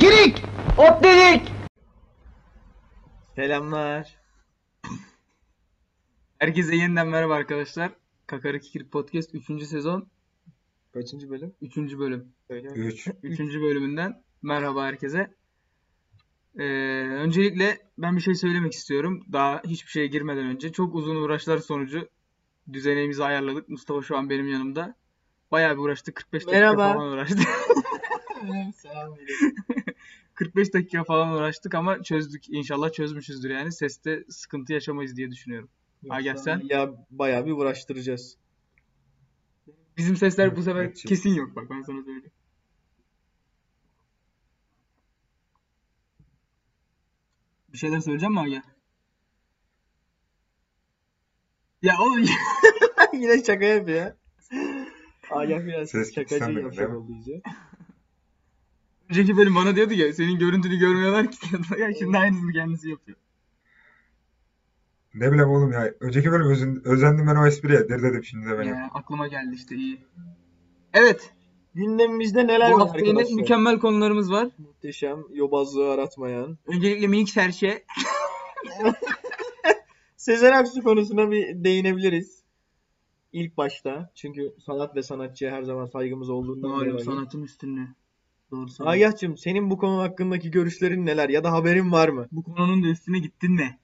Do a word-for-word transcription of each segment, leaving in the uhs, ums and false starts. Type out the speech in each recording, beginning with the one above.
Kikirik! Ot dedik! Selamlar. Herkese yeniden merhaba arkadaşlar. Kakara Kikirik Podcast üçüncü sezon Kaçıncı bölüm? üçüncü bölüm. Öyle mi? üç. üçüncü bölümünden merhaba herkese. Ee, öncelikle ben bir şey söylemek istiyorum. Daha hiçbir şeye girmeden önce çok uzun uğraşlar sonucu düzenimizi ayarladık. Mustafa şu an benim yanımda. Bayağı bir uğraştık. kırk beş dakika Merhaba. falan uğraştık. Selam kırk beş dakika falan uğraştık ama çözdük. İnşallah çözmüşüzdür yani. Seste sıkıntı yaşamayız diye düşünüyorum. Agah sen? Ya bayağı bir uğraştıracağız. Bizim sesler bu sefer Evet, şey- kesin yok bak ben sana söyleyeyim. Bir şeyler söyleyeceğim mi Agah? Ya oğlum Yine şaka yapıyor. Agah biraz Ses gitti şakacı sandım, yavşak değil mi? oldu iyice. önceki bölüm bana diyordu ya senin görüntünü görmüyorlar ki. Ya şimdi aynısını kendisi yapıyor. Ne bileyim oğlum ya. Önceki bölüm özün, özendim ben o espriye. Der dedim şimdi de ben Ya, yapayım. aklıma geldi işte iyi. Evet. Gündemimizde neler Bu var hafta yine arkadaşlar? mükemmel konularımız var. Muhteşem, yobazlığı aratmayan. Öncelikle minik serçe. Sezen Aksu konusuna bir değinebiliriz. İlk başta. Çünkü sanat ve sanatçıya her zaman saygımız olduğundan Malum dolayı. sanatın üstünlüğü. Doğru söylüyorsun. Agah'cığım senin bu konu hakkındaki görüşlerin neler ya da haberin var mı? Bu konunun da üstüne gittin mi?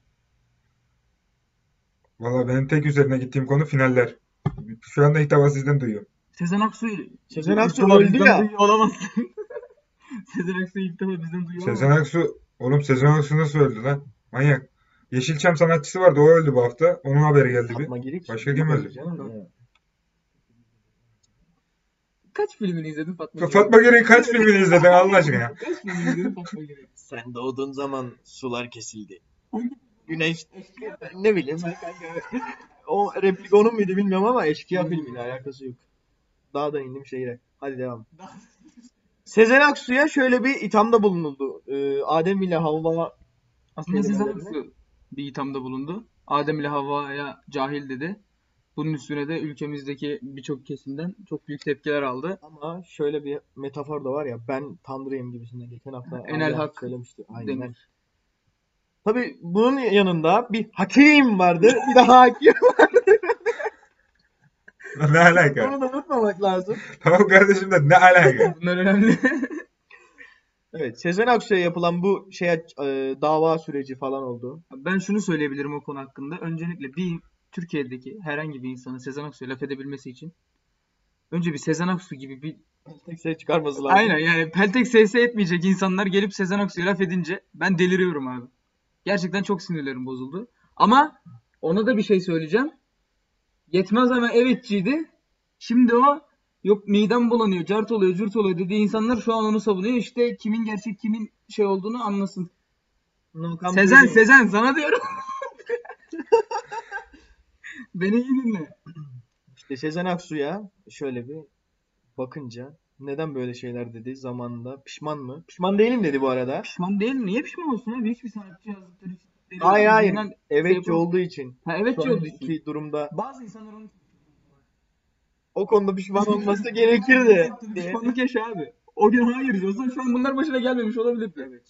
Valla benim tek üzerine gittiğim konu finaller. Şu anda ilk defa sizden duyuyorum. Sezen Aksu'yu Sezen Aksu ilk defa öldü bizden ya. duyuyor olamazsın. Sezen Aksu'yu ilk defa bizden duyuyor Sezen olamazsın. Aksu, oğlum Sezen Aksu nasıl öldü lan? Manyak. Yeşilçam sanatçısı vardı, o öldü bu hafta. Onun haberi geldi bir. Fatma Girik. Başka kim öldü? Canım ya. Kaç filmini izledin Fatma Giri'nin? Fatma Girik kaç filmini izledin Allah aşkına ya? Kaç filmini izledin Fatma Giri'nin? Sen doğduğun zaman sular kesildi. Güneş ne bileyim ben kanka. O replik onun muydu bilmiyorum ama Eşkıya filmiyle alakası yok. Daha da indim şehire. Hadi devam. Sezen Aksu'ya şöyle bir ithamda bulunuldu. Ee, Adem ile Havva Aslında Sezen kelimelerine. Aksu bir ithamda bulundu. Adem ile Havva'ya cahil dedi. Bunun üstüne de ülkemizdeki birçok kesimden çok büyük tepkiler aldı. Ama şöyle bir metafor da var ya, ben Tanrıyım gibisinden geçen hafta Enel Agah Hak söylemişti. Aynen. denir. Tabii bunun yanında bir hakim vardı. Bir de hakim. Ne alaka? Onu da unutmamak lazım. Tamam kardeşim de ne alaka? Bunlar önemli. Evet, Sezen Aksu'ya yapılan bu şeye e, dava süreci falan oldu. Ben şunu söyleyebilirim o konu hakkında. Öncelikle bir Türkiye'deki herhangi bir insanın Sezen Aksu'ya laf edebilmesi için önce bir Sezen Aksu gibi bir Tek ses çıkarması lazım. aynen yani peltek sese etmeyecek insanlar gelip Sezen Aksu'ya laf edince ben deliriyorum abi. Gerçekten çok sinirlerim bozuldu. Ama ona da bir şey söyleyeceğim. Yetmez ama evetçiydi. Şimdi o yok midem bulanıyor, cart oluyor, cürt oluyor dediği insanlar şu an onu savunuyor. İşte kimin gerçek kimin şey olduğunu anlasın. No come Sezen to me. Sezen sana diyorum. Beni iyi dinle. İşte Sezen Aksu'ya şöyle bir bakınca neden böyle şeyler dedi zamanında, pişman mı? Pişman değilim dedi bu arada. Pişman değil mi? Niye pişman olsun abi? Hiçbir sanatçı yazdıkları için. Hayır hayır. Yüzünden Evetçi şey- olduğu için. Ha Şu evetçi olduğu için. anki durumda Bazı insanlar onun o konuda pişman olması gerekirdi. pişmanlık yaşa abi. O gün hayır diyorsan şu an bunlar başına gelmemiş olabilirdi. Evet.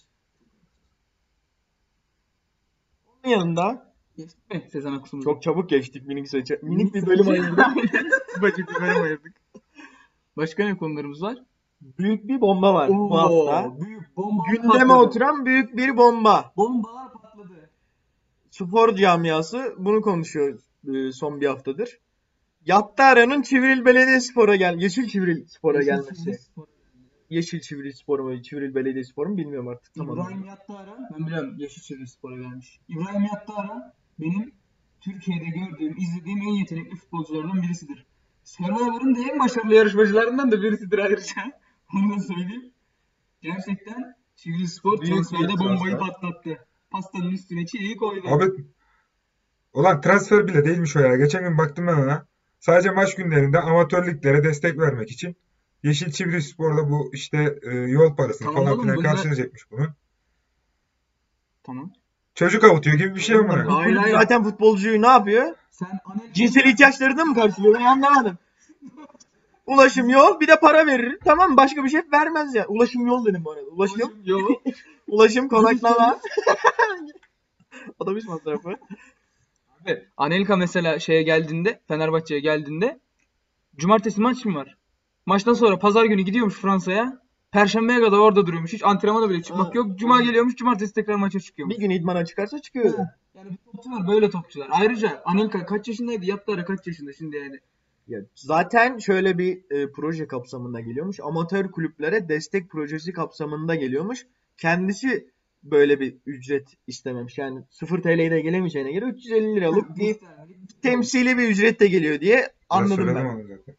Onun yanında Geçtik mi Sezen Aksu'nu? çok çabuk geçtik minik seçe. Minik bir bölüm ayırdık. Bacık bir bölüm ayırdık. Başka ne konularımız var? Büyük bir bomba var bu hafta. büyük bomba Gündeme patladı. oturan büyük bir bomba. Bombalar patladı. Spor camiası bunu konuşuyor e, son bir haftadır. Yattara'nın Çivril Belediyespor'a gel, Yeşil Çivril Spor'a gelmesi. Yeşil Çivril Spor mu, Çivril Belediyespor mu bilmiyorum artık. Tamam. İbrahim Yattara, ben biliyorum Yeşilçay Spor'a gelmiş. İbrahim Yattara benim Türkiye'de gördüğüm, izlediğim en yetenekli futbolculardan birisidir. Survivor'ın da en başarılı yarışmacılarından da birisidir ayrıca. Onu da söyleyeyim. Gerçekten Çivril Spor Büyük transferde bir bombayı transfer. patlattı. Pastanın üstüne çiğ koydu. Abi, ulan transfer bile değilmiş o ya. Geçen gün baktım ben ona. Sadece maç günlerinde amatör liglere destek vermek için Yeşil Çivrilspor'da bu işte e, yol parasını Tamam falan oğlum, filan bunlar- karşılayacakmış bunu. Tamam. Çocuk avutuyor gibi bir şey ama. Hayır, Bu kulüp hayır. zaten futbolcuyu ne yapıyor? Sen analiz... Cinsel ihtiyaçlarını mı karşılıyor? Ben anlamadım. Ulaşım yol bir de para verir. Tamam, başka bir şey vermez ya. Ulaşım yol dedim bu arada. Ulaşım, Yok. ulaşım konaklama. Otobüs masrafı. Abi, Anelka mesela şeye geldiğinde, Fenerbahçe'ye geldiğinde cumartesi maç mı var? Maçtan sonra pazar günü gidiyormuş Fransa'ya. Perşembeye kadar orada duruyormuş. Hiç antrenmana bile çıkmak Ha, yok. Cuma aynen. geliyormuş, cumartesi tekrar maça çıkıyormuş. Bir gün idmana çıkarsa çıkıyor. Yani bu topçular böyle topçular. Ayrıca Anelka kaç yaşındaydı? Yattara kaç yaşında şimdi yani? Ya, zaten şöyle bir e, proje kapsamında geliyormuş. Amatör kulüplere destek projesi kapsamında geliyormuş. Kendisi böyle bir ücret istememiş. Yani sıfır T L'ye de gelemeyeceğine göre üç yüz elli liralık bir temsili bir ücret de geliyor diye Ben anladım söyledim ben. onu zaten.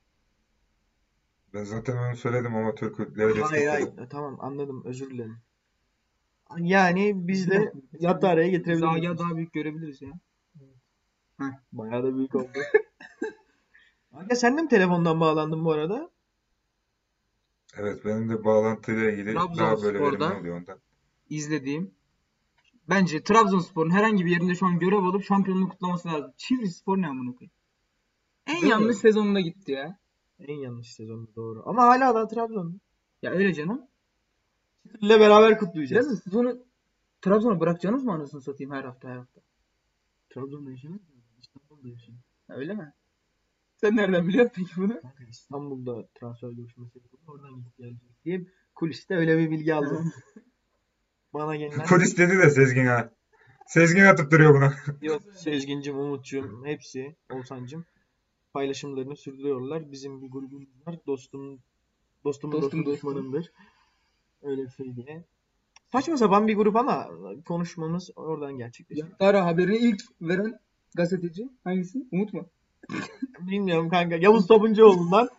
Ben zaten onu söyledim, amatör kulüplere destek Hayır hayır. verin. E, Tamam, anladım, özür dilerim. Yani biz de yattı araya getirebiliriz. Zaga daha büyük görebiliriz ya. Bayağı da büyük oldu. Aga, sen de mi telefondan bağlandın bu arada? Evet, benim de bağlantıyla ilgili daha böyle verimli Trabzonspor'da oluyor ondan. izlediğim, bence Trabzonspor'un herhangi bir yerinde şu an görev alıp şampiyonluğu kutlaması lazım. Çivrispor ne amına koyayım? En Değil mi? yanlış sezonunda gitti ya. En yanlış sezonu, doğru. Ama hala da Trabzon. Ya öyle canım. ile beraber kutlayacağız. Biraz siz onu Trabzon'a bırakacaksınız mı anasını satayım her hafta her hafta? Trabzon'da yaşamıyor musun? İstanbul'da yaşıyor. Ha, öyle mi? Sen nereden biliyorsun peki bunu? Kanka, İstanbul'da transfer görüşmesi yapıldı. Oradan gidip gelecek diye kuliste öyle bir bilgi aldım. Bana gelen Polis dedi de Sezgin ha. Sezgin atıp duruyor buna. yok, Sezgin'cim, Umut'cum, hepsi, Oğuzhan'cım paylaşımlarını sürdürüyorlar. Bizim bir grubumuz var. Dostum, dostumun Dostum, dostu dostum. düşmanımdır. Öyle bir şey diye. Saçma sapan bir grup ama konuşmamız oradan gerçekleşiyor. Yattara haberini ilk veren gazeteci hangisi? Umut mu? Bilmiyorum kanka. Yavuz Sabuncuoğlu'ndan.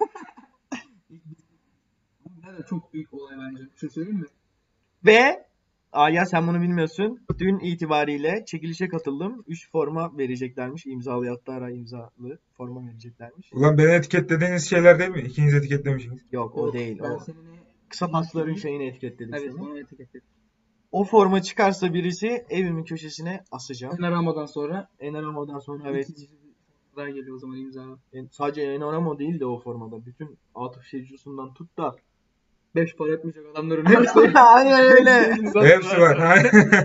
Bu çok büyük olay bence. Bir şey söyleyeyim mi? Ve Aya, sen bunu bilmiyorsun. Dün itibariyle çekilişe katıldım. üç forma vereceklermiş. İmzalı, Yattara imzalı forma vereceklermiş. Ulan beni etiketlediğiniz şeyler değil mi? İkiniz etiketlemişsiniz. Yok, o değil. Ben O seni kısa pasların şeyini etiketledik evet seni. onu etiketledim. O forma çıkarsa birisi evimin köşesine asacağım. Enaramadan sonra Enaramadan sonra evet. ikinci bir daha geliyor o zaman imza. En- sadece Enaramo değil de o formada. Bütün Atıf Şecusu'ndan tut da. Beş para etmeyecek adamların hepsi. Aynen öyle. Hepsi var.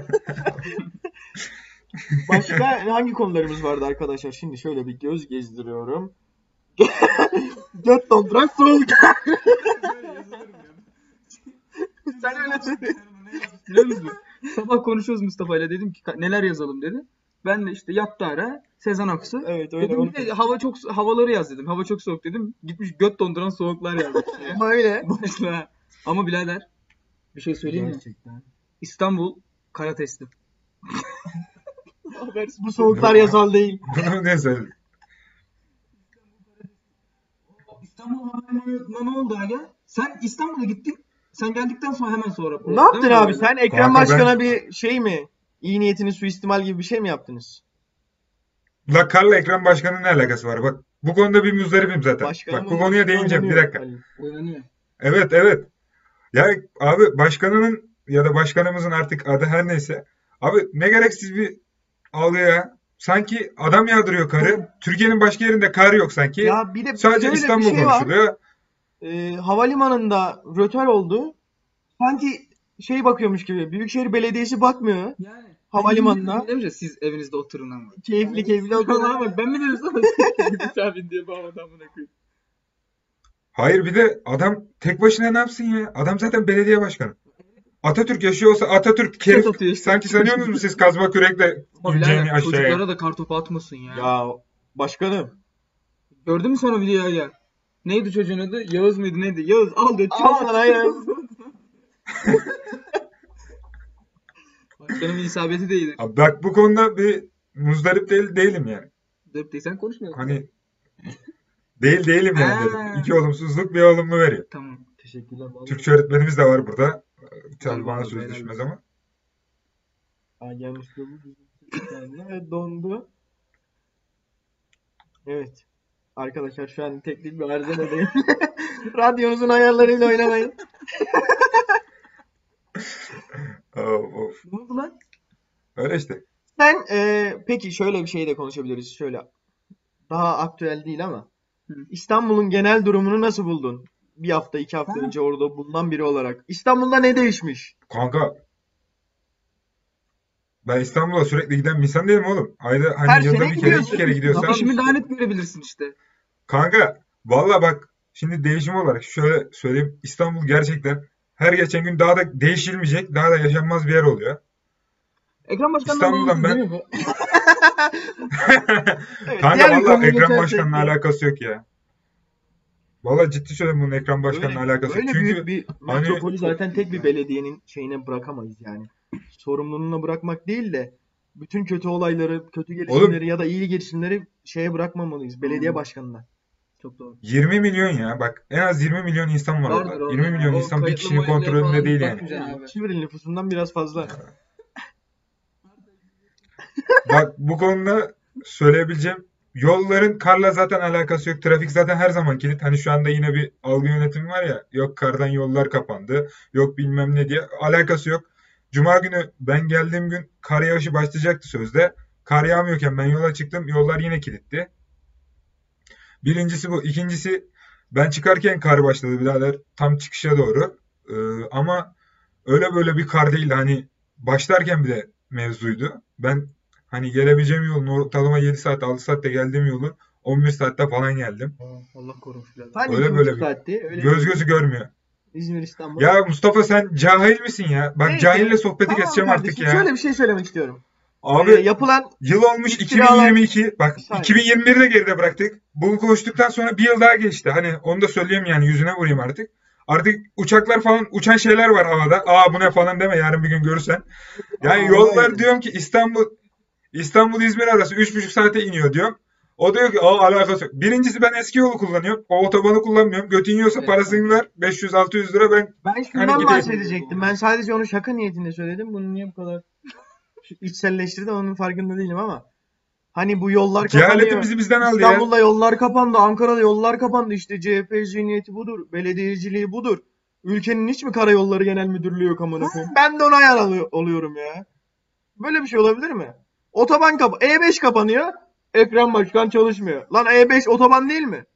Başka hangi konularımız vardı arkadaşlar? Şimdi şöyle bir göz gezdiriyorum. Göt donduran soğuk. Sen öyle söyle. Biliyor musun? Sabah konuşuyoruz Mustafa ile, dedim ki "Ka- neler yazalım" dedi. Ben de işte Yattara, Sezen Aksu. Evet, öyle Dedim onu- bir de hava çok havaları yaz dedim. Hava çok soğuk dedim. Gitmiş göt donduran soğuklar yazmış. ya. Ama öyle. Başla. Ama birader bir şey söyleyeyim mi? Gerçekten. İstanbul kara teslim. Bu soğuklar yasal değil. Bunu ne söyledin? İstanbul Havalimanı'na ne oldu aga? Sen İstanbul'a gittin. Sen geldikten sonra hemen sonra. Ne yaptın abi? Sen Ekrem Kanka Başkan'a ben- bir şey mi? İyi niyetini suistimal gibi bir şey mi yaptınız? La Karla Ekrem Başkan'ın ne alakası var? Bak bu konuda bir muzdaribim zaten. Bak bu konuya değineceğim bir dakika. Oynanıyor. Evet evet. Ya abi başkanının ya da başkanımızın artık adı her neyse. Abi ne gereksiz bir algı ya. Sanki adam yağdırıyor karı. Türkiye'nin başka yerinde kar yok sanki. Ya bir de Sadece şöyle bir İstanbul şey var. konuşuluyor. Ee, havalimanında rötar oldu. Sanki şey bakıyormuş gibi. Büyükşehir Belediyesi bakmıyor. Yani. Havalimanına. Demiş ya siz evinizde oturun ama. Keyifli keyifli Allah'a oturuyor. bak, ben mi dedim sana? Uçağa bin diye bu havadan amına koyayım. Hayır bir de adam tek başına ne yapsın ya? Adam zaten belediye başkanı. Atatürk yaşıyor olsa Atatürk Ses kerif, atıyor işte. sanki sanıyorsunuz mu siz kazma kürekle Ama ineceğini birader, aşağıya? çocuklara da kartopu atmasın ya. Ya başkanım. Gördün mü sonra videoyu ya? Neydi çocuğun adı? Yağız mıydı neydi? Yağız al diyor. Al sana Yağız. Başkanımın isabeti de iyidir. Abi bak bu konuda bir muzdarip değil, değilim yani. Döp değilsen konuşmuyorsun. Hani değil değilim yani Ha. dedim. İki olumsuzluk bir olumlu veriyor. Tamam. Teşekkürler. vallahi. Türkçe öğretmenimiz de var burada. Tabii Vallahi bana helal söz düşmez olsun. ama. Aa, gelmiş bu ve dondu. Evet. Arkadaşlar şu an teknik bir arızadayım. Radyonuzun ayarlarıyla oynamayın. Of, of. Ne oldu lan? Öyle işte. Sen e, peki şöyle bir şey de konuşabiliriz. Şöyle daha aktüel değil ama İstanbul'un genel durumunu nasıl buldun? Bir hafta, iki hafta önce orada bulunan biri olarak. İstanbul'da ne değişmiş? Kanka ben İstanbul'a sürekli giden bir insan değilim oğlum. Ayda hani Her yılda sene bir kere gidiyorsun. iki kere gidiyorsam. Değişimi daha net görebilirsin işte. Kanka valla bak şimdi değişim olarak şöyle söyleyeyim. İstanbul gerçekten her geçen gün daha da değişilmeyecek, daha da yaşanmaz bir yer oluyor. Ekrem Başkan'dan İstanbul'dan bağımsız ben- değil mi? Evet, Kanka diğer bir valla konuya Ekrem geçersek Başkan'la de- alakası yok ya. Valla ciddi söylüyorum bunun Ekrem Başkan'la Böyle, alakası yok. böyle Çünkü büyük bir hani- metropolü zaten tek bir belediyenin şeyine bırakamayız yani. Sorumluluğuna bırakmak değil de bütün kötü olayları, kötü gelişimleri ya da iyi gelişimleri şeye bırakmamalıyız. Belediye Hmm. başkanına. Çok doğru. yirmi milyon ya bak en az yirmi milyon insan var Vardır orada. orada. yirmi milyon O insan bir kayıtlı kişinin mayıtlıya kontrolünde falan değil yani. bakmayacaksın abi. Çivril nüfusundan biraz fazla. Bak bu konuda söyleyebileceğim yolların karla zaten alakası yok. Trafik zaten her zaman kilit. Hani şu anda yine bir algı yönetimi var ya. Yok kardan yollar kapandı. Yok bilmem ne diye. Alakası yok. Cuma günü ben geldiğim gün kar yağışı başlayacaktı sözde. Kar yağmıyorken ben yola çıktım. Yollar yine kilitli. Birincisi bu. İkincisi ben çıkarken kar başladı birader. Tam çıkışa doğru. Ee, ama öyle böyle bir kar değildi. Hani başlarken bile mevzuydu. Ben hani gelebileceğim yolun ortalama yedi saat altı saatte geldiğim yolu on bir saatte falan geldim. Allah korumuş birader. Hani Öyle iki böyle buçuk bir- saatti. Öyle Göz gözü görmüyor. İzmir, İstanbul. Ya Mustafa sen cahil misin ya? Bak Neyse. cahille sohbeti Tamam keseceğim artık kardeşim, ya. Şöyle bir şey söylemek istiyorum. Abi Ee, yapılan yıl olmuş İftiralar- iki bin yirmi iki. Bak Bir saniye. iki bin yirmi biri de geride bıraktık. Bunu konuştuktan sonra bir yıl daha geçti. Hani onu da söyleyeyim yani yüzüne vurayım artık. Artık uçaklar falan uçan şeyler var havada. Aa bu ne falan deme yarın bir gün görürsen. Yani Aa, yollar evet. diyorum ki İstanbul İstanbul İzmir arası üç buçuk saate iniyor diyorum. O diyor ki aa alakası yok. Birincisi ben eski yolu kullanıyorum. O otobanı kullanmıyorum. Götün yiyorsa Evet. parasını ver. beş yüz altı yüz lira ben Ben şundan Hani gideyim. bahsedecektim. Ben sadece onu şaka niyetinde söyledim. Bunu niye bu kadar içselleştirdi onun farkında değilim ama. Hani bu yollar kapanıyor. cehaletimizi bizden aldı ya. İstanbul'da yollar kapandı. Ankara'da yollar kapandı. İşte C H P zihniyeti budur. Belediyeciliği budur. Ülkenin hiç mi Karayolları Genel Müdürlüğü yok amına koyayım? Ben de ona ayar alı- oluyorum ya. Böyle bir şey olabilir mi? Otoban kap E beş kapanıyor. Ekrem Başkan çalışmıyor. Lan E beş otoban değil mi?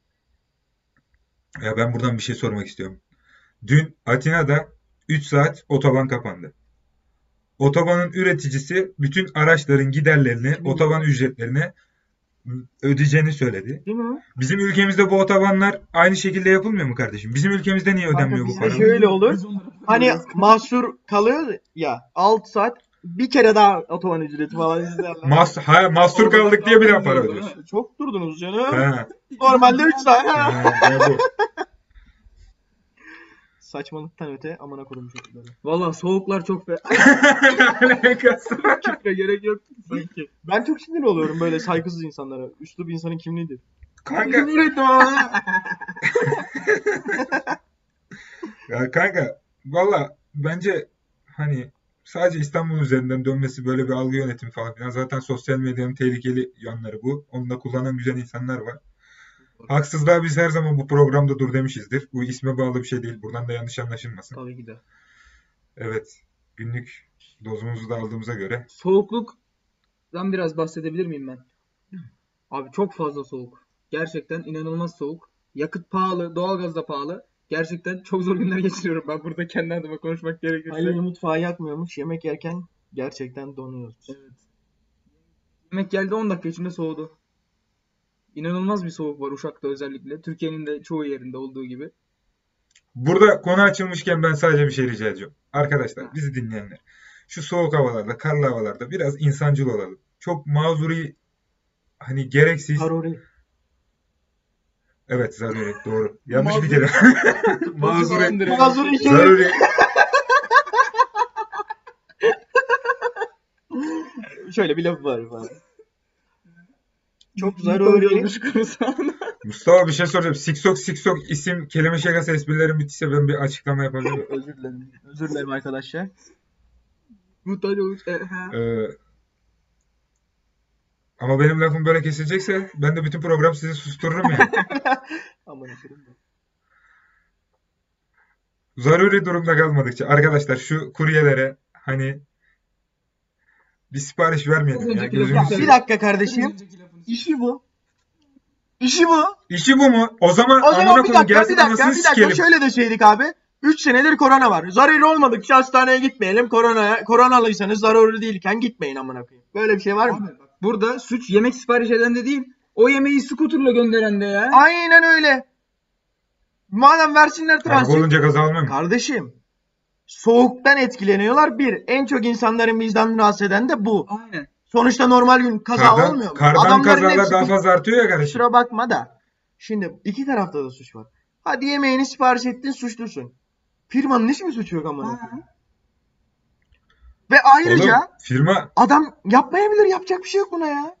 Ya ben buradan bir şey sormak istiyorum. Dün Atina'da üç saat otoban kapandı. Otobanın üreticisi bütün araçların giderlerini, otoban ücretlerini ödeyeceğini söyledi. Değil mi? Bizim ülkemizde bu otobanlar aynı şekilde yapılmıyor mu kardeşim? Bizim ülkemizde niye ödenmiyor bu bizde para? şöyle olur. Hani mahsur kalıyor ya altı saat bir kere daha otoban ücreti falan izlerler. Mas ha, mahsur kaldık diye bir daha para ödüyorsun. Çok durdunuz canım. Ha, Normalde üç saat. ha, ne bu? Saçmalıktan öte amına koydum çocukları. Valla soğuklar çok fe... Alakası var. Küfre gerek yok sanki. Ben çok sinir oluyorum böyle saygısız insanlara. Üslup insanın kimliğidir. Kanka, Üretme ha. ya kanka valla bence hani sadece İstanbul üzerinden dönmesi böyle bir algı yönetimi falan filan. Zaten sosyal medyanın tehlikeli yanları bu. Onu da kullanan güzel insanlar var. Haksızlığa biz her zaman bu programda dur demişizdir. Bu isme bağlı bir şey değil. Buradan da yanlış anlaşılmasın. Tabii ki de. Evet. Günlük dozumuzu da aldığımıza göre. Soğukluktan biraz bahsedebilir miyim ben? Abi çok fazla soğuk. Gerçekten inanılmaz soğuk. Yakıt pahalı, doğalgaz da pahalı. Gerçekten çok zor günler geçiriyorum ben burada kendi adıma konuşmak gerekirse. Halil mutfağı yakmıyormuş. Yemek yerken gerçekten donuyoruz. Evet. Yemek geldi on dakika içinde soğudu. İnanılmaz bir soğuk var Uşak'ta özellikle. Türkiye'nin de çoğu yerinde olduğu gibi. Burada konu açılmışken ben sadece bir şey rica ediyorum. Arkadaşlar, bizi dinleyenler. Şu soğuk havalarda, karlı havalarda biraz insancıl olalım. Çok mazuri, hani gereksiz. Haruri. Evet, zaruri, doğru. Yanlış Mazuri. bir kere. Mazuri. Mazur iki. Zaruri. Şöyle bir laf var falan. Çok zaruri. Mustafa bir şey soracağım. Siksok siksok isim kelime şakası esprilerin bittiyse ben bir açıklama yapabilir miyim? Özür dilerim. Özür dilerim arkadaşlar. Muhtaç olmuş. E, ha. Ee, ama benim lafım böyle kesilecekse ben de bütün program sizi sustururum yani. Aman efendim. Zaruri durumda kalmadıkça. Arkadaşlar şu kuryelere hani bir sipariş vermeyelim ya. Önceki Gözümüzü lafı- Bir seveyim. dakika kardeşim. İşi bu. İşi bu. İşi bu mu? O zaman O zaman amına bir koyayım dakika, gelsin bir dakika, anasını bir dakika. sikelim. Şöyle deseydik abi. üç senedir korona var. Zararı olmadıkça hastaneye gitmeyelim. Korona, koronalıysanız zararlı değilken gitmeyin amına koyayım. Böyle bir şey var mı? Abi bak, burada suç yemek sipariş eden de değil. O yemeği scooter'la gönderen de ya. Aynen öyle. Madem versinler Araba transit. olunca gaz almam. Kardeşim. Soğuktan etkileniyorlar. Bir. En çok insanların vicdanını rahatsız eden de bu. Aynen. Sonuçta normal gün kaza Kardan, olmuyor mu? kardan Adamların kazalar hepsi daha bir- fazla artıyor ya kardeşim. Kusura bakma da. Şimdi iki tarafta da suç var. Hadi yemeğini sipariş ettin, suçlusun. Firmanın hiç mi suçu yok amına koyayım? Ve ayrıca Oğlum firma adam yapmayabilir, yapacak bir şey yok buna ya.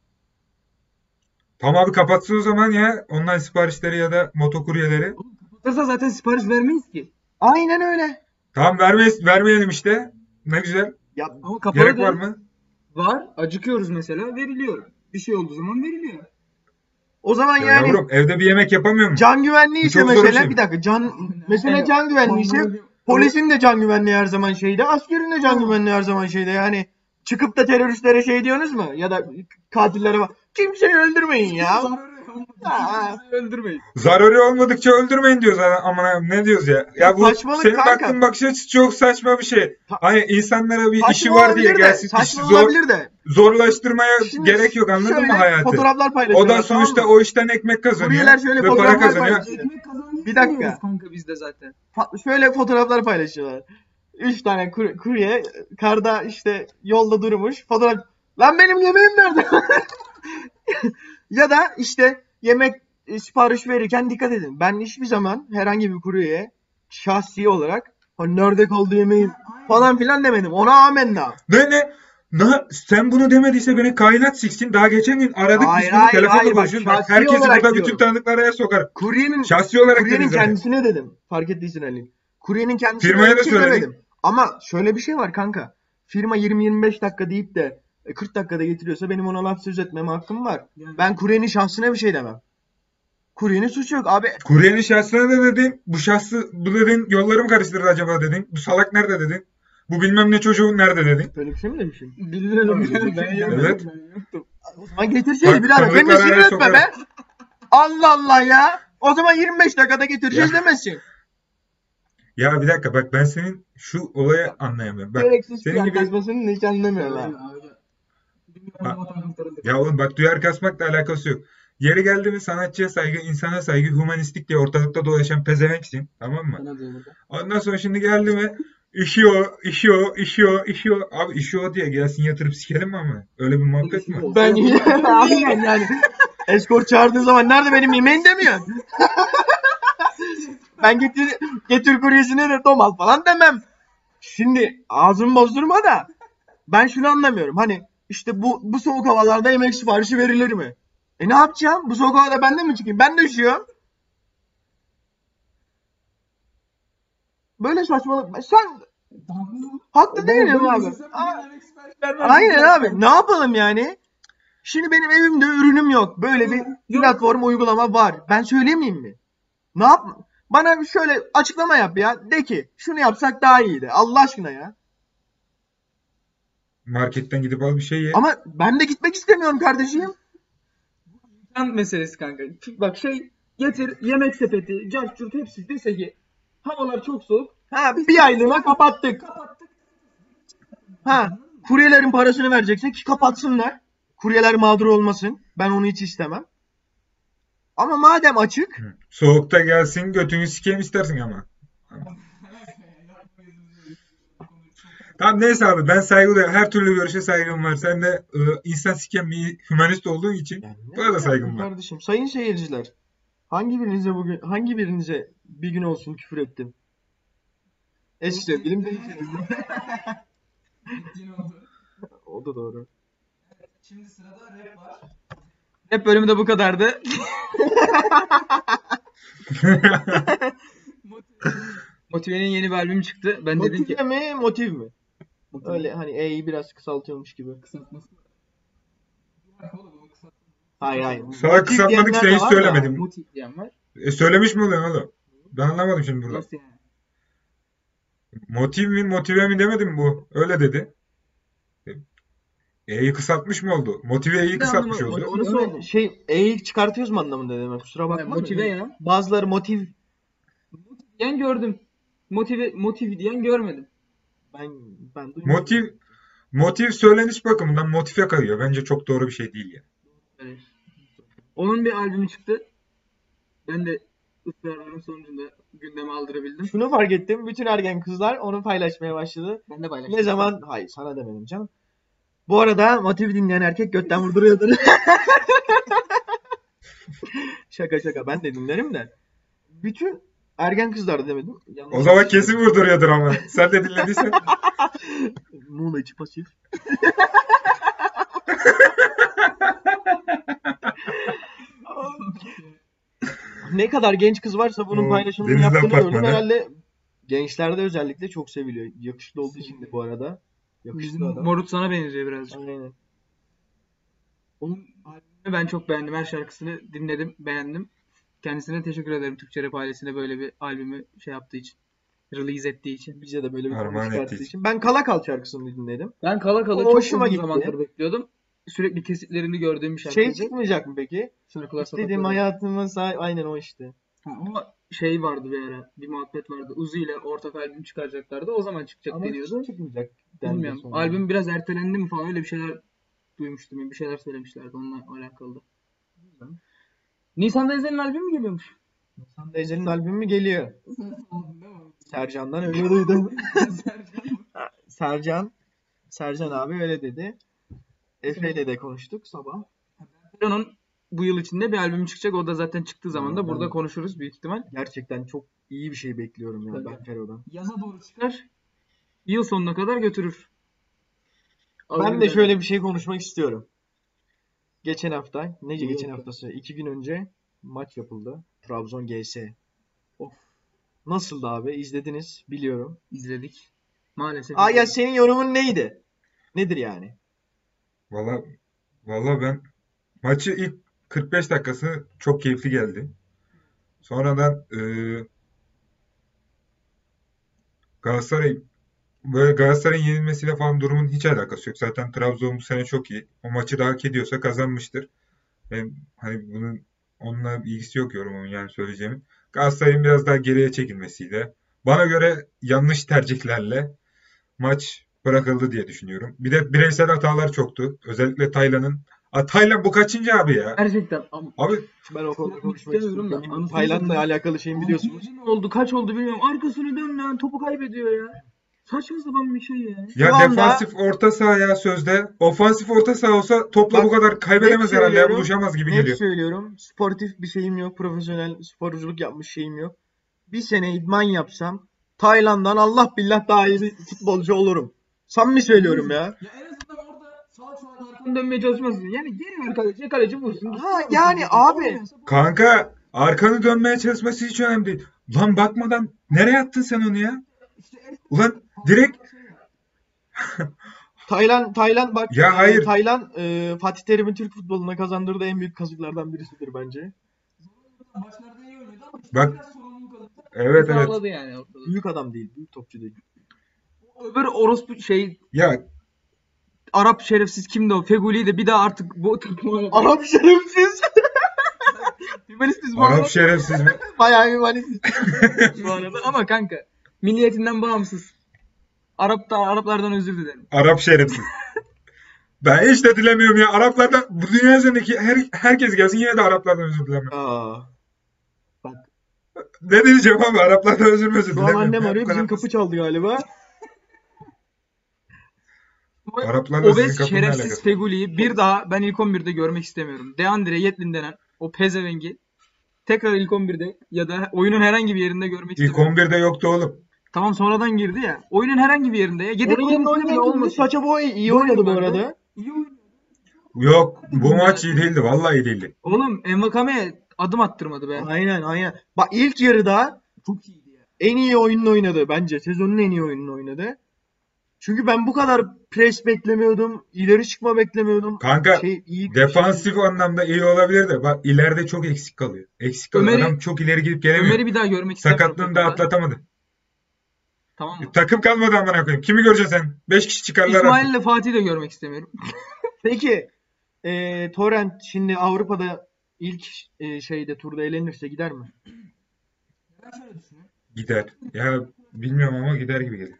tamam abi kapatsın o zaman ya online siparişleri ya da motokuryeleri. Kapatırsa zaten sipariş vermeyiz ki. Aynen öyle. Tamam vermeyiz, vermeyelim işte. Ne güzel. Ya Ama kapalı Gerek değil. var mı? Var. Acıkıyoruz mesela, veriliyor. Bir şey olduğu zaman veriliyor. o zaman Ya yani yavrum evde bir yemek yapamıyor musun? can güvenliği Bu ise çok zor bir mesela şey. bir dakika can mesela Evet. can güvenliği ise polisin de can güvenliği her zaman şeyde, askerin de can güvenliği her zaman şeyde. Yani çıkıp da teröristlere şey diyorsunuz mu? Ya da katillere bak. Kimseyi öldürmeyin ya. Ha. Öldürmeyin. Zararı olmadıkça öldürmeyin diyoruz zaten amına ne diyoruz ya. Ya bu Saçmalık senin kanka. baktığın bakış açısı çok saçma bir şey. Ta- Hani insanlara bir işi Saçma var diye olabilir de, gelsin. işi saçma zor, olabilir de. zorlaştırmaya Şimdi gerek yok anladın şöyle mı hayatı? fotoğraflar O paylaşıyorlar. da sonuçta tamam mı? o işten ekmek kazanıyor Kuryeler şöyle ve para fotoğraflar kazanıyor. paylaşıyor. Ekmek kazanmayı Bir dakika. seviyoruz kanka biz de zaten. Fa- Şöyle fotoğraflar paylaşıyorlar. Üç tane kur- kurye karda işte yolda durmuş. Fotoğraf. Lan benim yemeğim nerede? Ya da işte yemek e, sipariş verirken dikkat edin. Ben hiçbir zaman herhangi bir kuryeye şahsi olarak hani nerede kaldı yemeğim falan filan demedim. Ona amenna. Ne ne? Na, sen bunu demediyse beni kainat siksin. Daha geçen gün aradık Hayır, biz bunu hayır, telefonla hayır, bak, konuşuyoruz. Bak, şahsi herkesi olarak burada diyorum. bütün tanıdıkları araya sokar. Kuryenin Şahsi olarak kuryenin dedin zaten. kendisine dedim. Fark ettiysen Ali. Kuryenin kendisine Firmaya öyle da bir şey söyledik. demedim. Ama şöyle bir şey var kanka. Firma yirmi yirmi beş dakika deyip de e, kırk dakikada getiriyorsa benim ona laf söz etmeme hakkım var. Yani- Ben kuryenin şahsına bir şey demem. Kuryenin suçu yok abi. Kuryenin şahsına da dedin. Bu şahsı bu dedin yolları mı karıştırır acaba dedin. Bu salak nerede dedin. Bu bilmem ne çocuğun nerede dedin. Böyle bir şey mi demişim? Bilmiyorum. Ben yoktum. Evet. Ben yoktum. O zaman getirseydi Bak, birader. Beni de tanıdıkları sinir araya etme sokarım. be. Allah Allah ya. O zaman yirmi beş dakikada getireceğiz Ya. demezsin. Ya bir dakika bak ben senin şu olayı anlayamıyorum. Bak Gereksiz senin fiyat gibi kasmasını hiç anlamıyorum ha. Ha. ya oğlum bak duyar kasmakla alakası yok. Yeri geldi mi sanatçıya saygı, insana saygı, humanistlik diye ortalıkta dolaşan pezevenksin. Tamam mı? Ondan sonra şimdi geldi mi işi o, işi o, işi o, işi o. Abi işi o diye gelsin yatırıp sikelim mi ama? Öyle bir muhabbet mi? Ben aynen yani. Eskort çağırdığın zaman nerede benim yemeğim demiyorsun. Ben getir, getir kuryesine de tom al falan demem. Şimdi ağzımı bozdurma da ben şunu anlamıyorum. Hani işte bu bu soğuk havalarda yemek siparişi verilir mi? E ne yapacağım? Bu soğuk havada ben de mi çıkayım? Ben de üşüyorum. Böyle saçmalık. Sen haklı değilim abi. Aynen abi. Ne yapalım yani? Şimdi benim evimde ürünüm yok. Böyle bir platform uygulama var. Ben söyleyemeyeyim mi? Ne yap? Bana şöyle açıklama yap ya. De ki şunu yapsak daha iyiydi. Allah aşkına ya. Marketten gidip al bir şey ye. Ama ben de gitmek istemiyorum kardeşim. İmkan meselesi kanka. Bak şey getir yemek sepeti, cart curt hepsi dese ki havalar çok soğuk. Ha bir aylığına kapattık. Ha kuryelerin parasını vereceksek kapatsınlar. Kuryeler mağdur olmasın. Ben onu hiç istemem. Ama madem açık. Soğukta gelsin götünü sikeyim istersin ama. Tamam neyse abi ben saygı duyuyorum. Her türlü görüşe saygım var. Sen de e, insan siken bir hümanist olduğun için Yani ne buna da saygım var. kardeşim. Sayın seyirciler. Hangi birinize bugün hangi birinize bir gün olsun küfür ettim? Eski sevgilim değil. O da doğru. Şimdi sırada rap var. Rap bölümü de bu kadardı. Motive'nin yeni bir albümü çıktı. Ben dedim ki Motive mi, motiv mi? Öyle hani E'yi biraz kısaltıyormuş gibi. Hayır hayır. Sana Motiv kısaltmadık diyenler sen de hiç var da. söylemedim. Motiv diyen var. E, söylemiş mi oluyorsun oğlum? Ben anlamadım şimdi burada. Nasıl yani? Motiv mi motive mi demedim bu. Öyle dedi. E'yi kısaltmış mı oldu? Motive E'yi Ben kısaltmış anlamadım. oldu. O nasıl oldu? Şey E'yi çıkartıyoruz mu anlamında demek. Kusura bakma. Yani da. motive ya. Bazıları motiv. Diyen gördüm. Motive motive diyen görmedim. Ben ben duymadım. Motiv motiv söyleniş bakımından motive kayıyor. Bence çok doğru bir şey değil ya. Evet. Onun bir albümü çıktı. Ben de ısrarlarım sonucunda gündeme aldırabildim. Şunu fark ettim. Bütün ergen kızlar onu paylaşmaya başladı. Ben de paylaştım. Ne zaman? Hayır sana demedim canım. Bu arada motiv dinleyen erkek götten vurduruyordur. Şaka şaka ben de dinlerim de. Bütün ergen kızlar da demedim. Yanlış O zaman anlaşıldı. kesin vurduruyordur ama. Sen de dinlediysen. Muğla içi pasif. Ne kadar genç kız varsa bunun O paylaşımını Denizli yaptığını gördüm. Apartmanı. Herhalde gençlerde özellikle çok seviliyor. Yakışıklı olduğu için de bu arada. Bizim Yakışıklı adam. Morut sana benziyor birazcık. Aynen. Onun albümünü ben çok beğendim. Her şarkısını dinledim, beğendim. Kendisine teşekkür ederim Türkçe Rap ailesine böyle bir albümü şey yaptığı için. Release ettiği için. Bize de böyle bir Armağan konu çıkarttığı ettiği için. Ben Kala Kal şarkısını dinledim. Ben kala kala O çok hoşuma uzun gitti. zamandır bekliyordum. Sürekli kesitlerini gördüğüm bir Şey şarkıydı. çıkmayacak mı peki? Şarkılar İstediğim sokaklarda. hayatıma sahip. Aynen o işte. Ha, ama şey vardı bir ara. Bir muhabbet vardı. Uzi ile ortak albüm çıkaracaklardı. O zaman çıkacak Ama deniyordu. çıkmayacak. dendi Bilmiyorum. sonra. Albüm biraz ertelendi mi falan öyle bir şeyler duymuştum. Bir şeyler söylemişlerdi onunla alakalı. Nisan'da Ezel'in albümü geliyormuş. Nisan Ezel'in albümü geliyor. Sercan'dan öyle duydum. Sercan. Sercan abi öyle dedi. Efe ile de konuştuk sabah. Onun bu yıl içinde bir albüm çıkacak. O da zaten çıktığı zaman da Ben- burada konuşuruz büyük ihtimal. Gerçekten çok iyi bir şey bekliyorum ya Tabii. ben Fero'dan. Yaza doğru çıkar. Yıl sonuna kadar götürür. Ben de şöyle bir şey konuşmak istiyorum. Geçen hafta, nece geçen haftası, iki gün önce maç yapıldı. Trabzon G S. Of. Nasıldı abi? İzlediniz, biliyorum. izledik. Maalesef. Aa ya izledik. senin yorumun neydi? Nedir yani? Valla valla ben maçı ilk kırk beş dakikası çok keyifli geldi. Sonradan e, Galatasaray böyle Galatasaray'ın yenilmesiyle falan durumun hiç alakası yok. Zaten Trabzon bu sene çok iyi. O maçı da hak ediyorsa kazanmıştır. Benim hani bunun onunla ilgisi yok yorumumun yani söyleyeceğimin. Galatasaray'ın biraz daha geriye çekilmesiyle bana göre yanlış tercihlerle maç bırakıldı diye düşünüyorum. Bir de bireysel hatalar çoktu. Özellikle Taylan'ın. Aa, Taylan bu kaçıncı abi ya? Gerçekten. Ama Abi Ben o konuda Konuşmak konuşmak istemiyorum istiyorum. da, Benim anasını Tayland'la satayım. alakalı şeyimi biliyorsunuz. Altı yedi mi oldu? Kaç oldu bilmiyorum. Arkasını dön lan. Topu kaybediyor ya. Saçma sapan bir şey ya. ya Şu anda- defansif orta saha ya sözde. Ofansif orta saha olsa topla Bak, bu kadar kaybedemez net herhalde ya. söylüyorum, Buluşamaz gibi Net geliyor. söylüyorum. Sportif bir şeyim yok. Profesyonel sporculuk yapmış şeyim yok. Bir sene idman yapsam Tayland'dan Allah billah daha iyi bir futbolcu olurum. Samimi söylüyorum ya. Ya en azından orada sağa sola arkanı dönmeye çalışmasın. Yani geri ver kaleci, kaleci vursun. Ha, yani abi. Kanka arkanı dönmeye çalışması hiç önemli değil. Lan bakmadan nereye attın sen onu ya? Ulan direkt Tayland, Tayland bak. Ya e, hayır. Tayland e, Fatih Terim'in Türk futboluna kazandırdığı en büyük kazıklardan birisidir bence. Maçlarda iyi oynadı ama Bak. biraz sorumluluk alındı. evet evet. Sağladı yani ortada. Büyük adam değil. Büyük topçu değil. Öbür orospu şey Ya Arap şerefsiz kimdi o? Feguli de bir daha artık bu takıma oynadı. Arap şerefsiz. Hümanistiz bu Arap arada. şerefsiz mi? Bayağı bir manifest. Bu arada. Ama kanka milliyetinden bağımsız. Arap da Araplardan özür dilerim. Arap şerefsiz. Ben hiç de dilemiyorum ya. Araplardan bu dünya üzerindeki her, herkes gelsin yine de Araplardan özür dilemem. Aa. Ne diyeceğim abi? Araplardan özür mü özür Şu an dilemiyorum. annem ya. arıyor. Bu kadar Bizim kapı çaldı galiba. Araplarla sizin Obez kapının ne şerefsiz alakası? Feguli'yi bir daha ben ilk on birde görmek istemiyorum. Deandre Yedlin denen o pezevengi tekrar ilk on birde ya da oyunun herhangi bir yerinde görmek İlk istemiyorum. on birde yoktu oğlum. Tamam sonradan girdi ya. Oyunun herhangi bir yerinde ya. Yedek Onun yerine oyuncusu bile oynayan olmasın. Saça Boy iyi Boy oynadı bu vardı. arada. İyi oynuyor. Yok bu maç iyi değildi. Vallahi iyi değildi. Oğlum Envakame adım attırmadı be. Aynen aynen. Bak ilk yarıda Çok iyiydi ya. en iyi oyununu oynadı bence. Sezonun en iyi oyununu oynadı. Çünkü ben bu kadar pres beklemiyordum. İleri çıkma beklemiyordum. Kanka Şey, iyi defansif anlamda iyi olabilir de bak ileride çok eksik kalıyor. Eksik kalıyor. Ömer'i- Adam çok ileri gidip gelemiyor. Ömer'i bir daha görmek istemiyorum. Sakatlığını da takımda. atlatamadı. Tamam mı? Takım kalmadı amına koyayım. Kimi göreceksin sen? beş kişi çıkarlar artık. İsmail ile Fatih'i de görmek istemiyorum. Peki e, Torrent şimdi Avrupa'da ilk e, şeyde turda elenirse gider mi? Ben şöyle düşünüyorum. Gider. Ya bilmiyorum ama gider gibi gelir.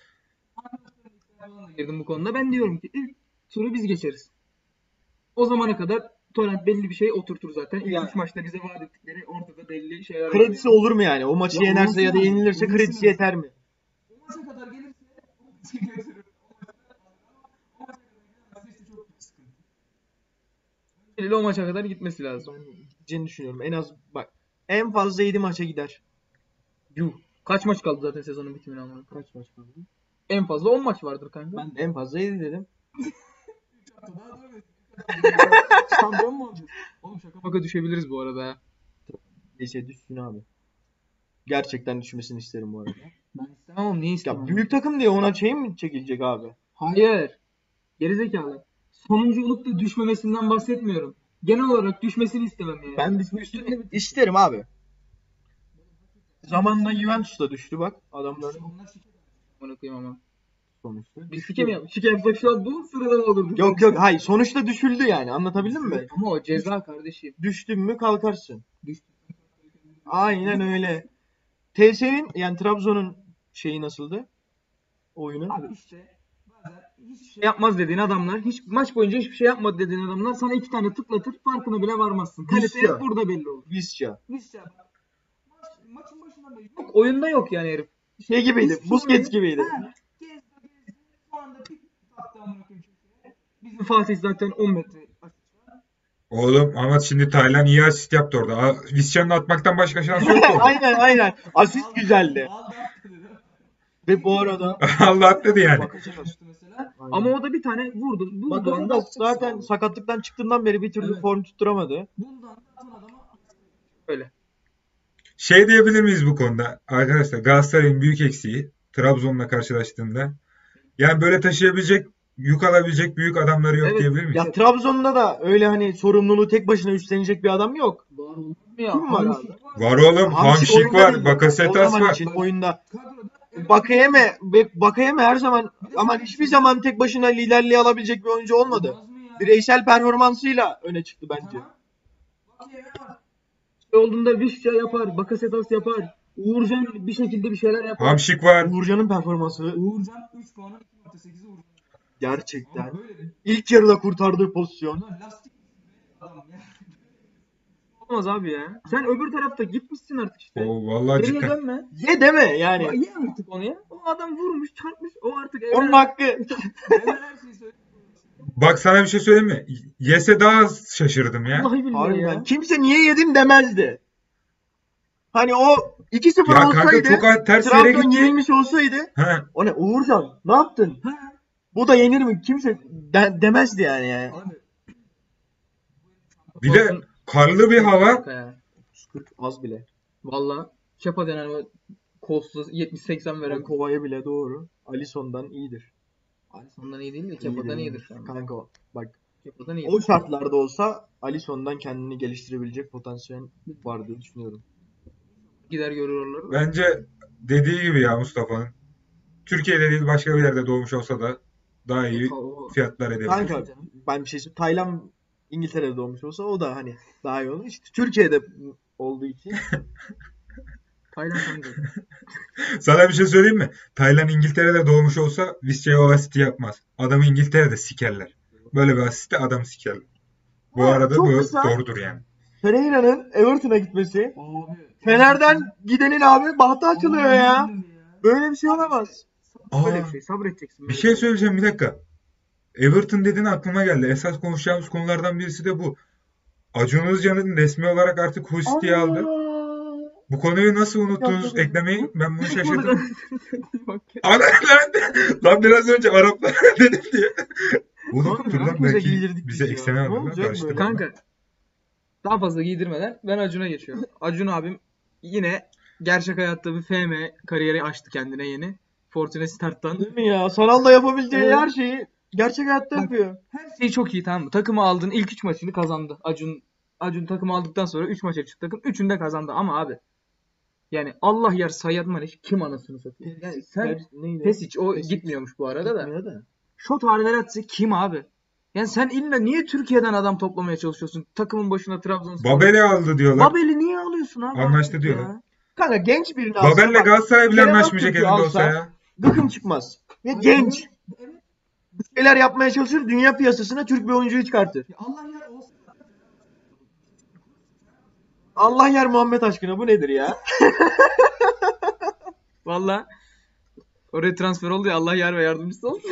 Falan da girdim bu konuda. Ben diyorum ki ilk turu biz geçeriz. O zamana kadar Torrent belli bir şey oturtur zaten. İlk Ya. üç maçta bize vaat ettikleri ortada belli şeyler var. Kredisi olur mu yani? O maçı Ya yenerse olması ya da lazım. yenilirse Olması kredisi lazım. yeter mi? O maça kadar gelirse o maçı götürür. O maça kadar gidemezse işte çok büyük sıkıntı. Öncelikle o maça kadar gitmesi lazım. Ben gideceğini düşünüyorum. En az bak en fazla yedi maça gider. Yuh. Kaç maç kaldı zaten sezonun bitimine ama? Kaç maç kaldı? En fazla on maç vardır kanka. Ben de en fazla yedi dedim. üç hafta daha devam et. Şampiyon mu olacağız? Oğlum şaka maka düşebiliriz bu arada ya. Neyse düşsün abi. Gerçekten düşmesini isterim bu arada. Ben istemem oğlum. Niye Ya istemem? büyük takım diye ona şey mi çekilecek abi? Hayır. Gerizekalı. Sonunculukta düşmemesinden bahsetmiyorum. Genel olarak düşmesini istemem yani. Ben düşmesini isterim abi. Zamanında Juventus da düştü bak adamların Onlar şike Bana koyayım ama. sonuçta. Biz şike mi yaptık? Şike yapsak şu an bu sırada mı olurduk? Yok yok hayır sonuçta düşüldü yani anlatabildim mi? Ama o ceza kardeşim. Düştün mü kalkarsın. Düştü. Aynen öyle. T S'nin yani Trabzon'un şeyi nasıldı? Oyunu. Abi işte bazen hiçbir şey yapmaz dediğin adamlar, hiç maç boyunca hiçbir şey yapmadı dediğin adamlar sana iki tane tıklatır, farkına bile varmazsın. Kalite Visca. hep burada belli olur. Visca. Visca. Maç, maçın başından beri yok. Oyunda yok yani herif. Şey gibiydi. Hiçbir şey Busquets yok. gibiydi. Ha, gezdi gezdi. Şu anda pik attı amına koyayım köşeye. Bizim Fatih zaten on metre açıkça. Oğlum ama şimdi Taylan iyi asist yaptı orada. Aa, Visca'nın atmaktan başka şansı yok orada. Aynen aynen. Asist güzeldi. Ve bu arada Allah attı yani. Bakasetas. Mesela. Ama o da bir tane vurdu. Buldu anda Bakasetas zaten sakatlıktan çıktığından beri bir türlü Evet. form tutturamadı. Buldu anda atan adama öyle. Şey diyebilir miyiz bu konuda? Arkadaşlar Galatasaray'ın büyük eksiği Trabzon'la karşılaştığında. Yani böyle taşıyabilecek, yük alabilecek büyük adamları yok Evet. diyebilir miyiz? Ya Trabzon'da da öyle hani sorumluluğu tek başına üstlenecek bir adam yok. Var olur mu ya? Kim var Hamşik abi? Var oğlum. Hamşik oyunda var. değil. Bakasetas O zaman var. için oyunda. Kadroda Bakayeme, Bakayeme her zaman ama hiçbir zaman tek başına liderliği alabilecek bir oyuncu olmadı. Olmaz mı ya? Bireysel performansıyla öne çıktı bence. Tamam. Bak ya, var. Şey olduğunda Visca yapar, Bakasetas yapar. Uğurcan bir şekilde bir şeyler yapar. Hamşik var. Uğurcan'ın performansı Uğurcan üç puanın iki nokta sekizi Uğurcan. gerçekten. Ama böyle bir İlk yarıda kurtardığı pozisyon. Ulan lastik adam ya. Olmaz abi ya. Sen öbür tarafta gitmişsin artık işte. O vallahi Geriye cidden. dönme. Ye deme Ya yani. ye artık onu ya. O adam vurmuş, çarpmış. O artık Onun evren. hakkı. Evren her şeyi söylüyor. Bak sana bir şey söyleyeyim mi? Yese daha az şaşırdım ya. Vallahi billahi Harbiden. ya. Kimse niye yedim demezdi. Hani o iki sıfır Ya kanka olsaydı, çok ters yere Trabzon gitti. yenilmiş olsaydı, He. o ne Uğurcan ne yaptın? Ha. Bu da yenir mi? Kimse de- demezdi yani. yani. Abi. Bir de karlı bir hava. Ya. yüz kırk az bile. Valla. Kepa denen o kolsuz yetmiş seksen veren. Kovaya bile doğru. Alisson'dan iyidir. Alisson'dan iyi değil de Kepa'dan İyidir, iyidir şu an. Kanka bak Kepa'dan iyidir. o şartlarda olsa Alisson'dan kendini geliştirebilecek potansiyel var diye düşünüyorum. Gider görür oraları. Bence dediği gibi ya Mustafa'nın. Türkiye'de değil başka bir yerde doğmuş olsa da daha iyi O- fiyatlar edebilir. Kanka ben bir şey söyleyeyim. Taylan İngiltere'de doğmuş olsa o da hani daha iyi olur. İşte Türkiye'de olduğu için Tayland kanka. Sana bir şey söyleyeyim mi? Taylan İngiltere'de doğmuş olsa Visca'ya o asisti yapmaz. Adamı İngiltere'de sikerler. Böyle bir asisti adam sikerler. Bu Ha, arada çok bu kısa. doğrudur yani. Pereira'nın Everton'a gitmesi Abi. Fener'den gidenin abi bahtı açılıyor ya. Abi. Böyle bir şey olamaz. Böyle Aa, bir şey. Sabredeceksin. bir böyle şey söyleyeceğim bir dakika. Everton dediğin aklıma geldi. Esas konuşacağımız konulardan birisi de bu. Acun Ilıcalı'nın resmi olarak artık Husti'yi aldı. Bu konuyu nasıl unuttunuz Yapmadım. eklemeyi? Ben bunu Bak şaşırdım. ya. Ana lan, lan biraz önce Araplar dedim diye. Oğlum Lan dur lan herkese belki giydirdik bize biz ya. eksene Ne aldı lan. olacak Karıştırma böyle? lan. Kanka. Daha fazla giydirmeden ben Acun'a geçiyorum. Acun abim yine gerçek hayatta bir F M kariyeri açtı kendine yeni. Fortuna Start'tan. Değil mi ya? Sanalda yapabileceği Evet. her şeyi gerçek hayatta yapıyor. Her şey çok iyi, tamam mı? Takımı aldın, ilk üç maçını kazandı. Acun Acun takımı aldıktan sonra üç maça çıktı takım. üçünde kazandı ama abi. Yani Allah yer Sayyad Maneş kim anasını satıyor? Yani sen Neydi? Pesic o Pesic. gitmiyormuş bu arada da. Gitmiyor da. Şot Verratti kim abi? Yani sen illa niye Türkiye'den adam toplamaya çalışıyorsun? Takımın başına Trabzonspor. Babel'i aldı diyorlar. Babel'i niye alıyorsun abi? Anlaştı artık diyorlar. ya? Kanka genç birini alsa Babel'le bak. Galatasaray bile Kerem anlaşmayacak Aktürk'ü elinde olsa alsa ya. gıkım çıkmaz. Ve genç. Bir şeyler yapmaya çalışır. Dünya piyasasına Türk bir oyuncuyu çıkartır. Allah yer olsun. Allah yer Muhammed aşkına bu nedir ya? Valla oraya transfer oldu ya, Allah yar ve yardımcısı olsun.